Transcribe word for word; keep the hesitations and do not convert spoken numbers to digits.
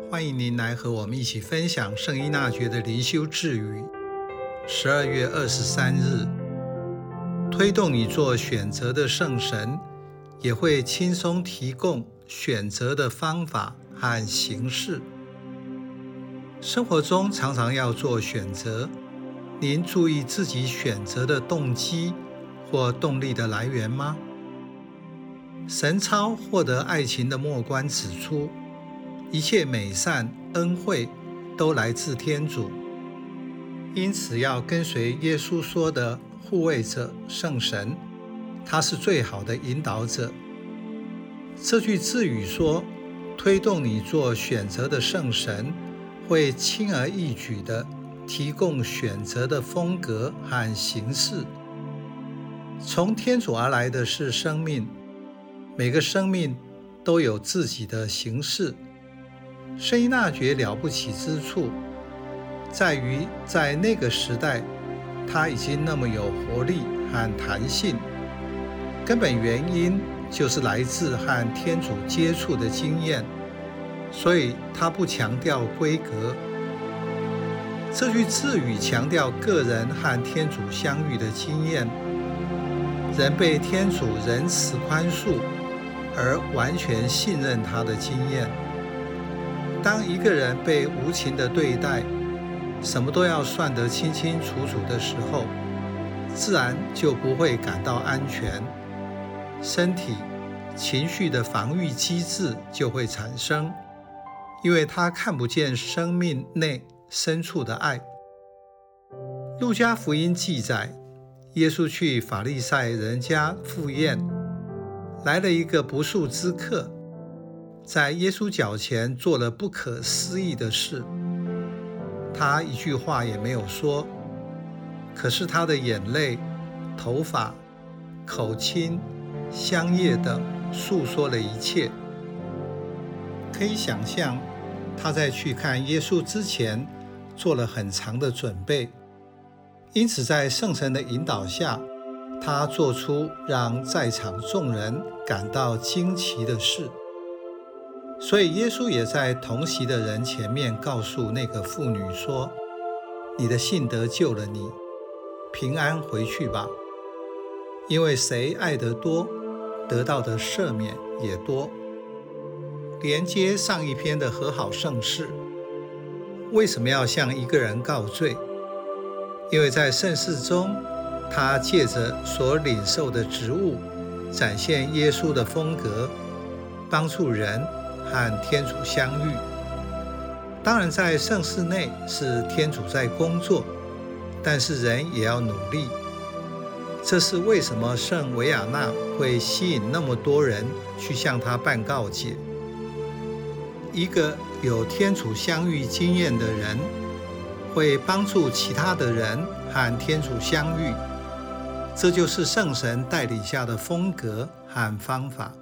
欢迎您来和我们一起分享圣依纳爵的灵修智语。十二月二十三日，推动你做选择的圣神，也会轻松提供选择的方法和形式。生活中常常要做选择，您注意自己选择的动机或动力的来源吗？神操获得爱情的末观指出，一切美善恩惠都来自天主，因此要跟随耶稣说的护卫者圣神，他是最好的引导者。这句智语说，推动你做选择的圣神会轻而易举地提供选择的风格和形式。从天主而来的是生命，每个生命都有自己的形式。圣依纳爵了不起之处，在于在那个时代，他已经那么有活力和弹性。根本原因就是来自和天主接触的经验，所以他不强调规格。这句智语强调个人和天主相遇的经验，人被天主仁慈宽恕而完全信任他的经验。当一个人被无情的对待，什么都要算得清清楚楚的时候，自然就不会感到安全，身体、情绪的防御机制就会产生，因为他看不见生命内深处的爱。路加福音记载，耶稣去法利赛人家赴宴，来了一个不速之客，在耶稣脚前做了不可思议的事。他一句话也没有说，可是他的眼泪、头发、口亲、香叶等诉说了一切。可以想象，他在去看耶稣之前做了很长的准备，因此在圣神的引导下，他做出让在场众人感到惊奇的事。所以耶稣也在同席的人前面告诉那个妇女说，你的信得救了你，平安回去吧。因为谁爱得多，得到的赦免也多。连接上一篇的和好圣事，为什么要向一个人告罪？因为在圣事中，他借着所领受的职务，展现耶稣的风格，帮助人和天主相遇。当然在圣事内是天主在工作，但是人也要努力。这是为什么圣维亚纳会吸引那么多人去向他办告解。一个有天主相遇经验的人，会帮助其他的人和天主相遇，这就是圣神带领下的风格和方法。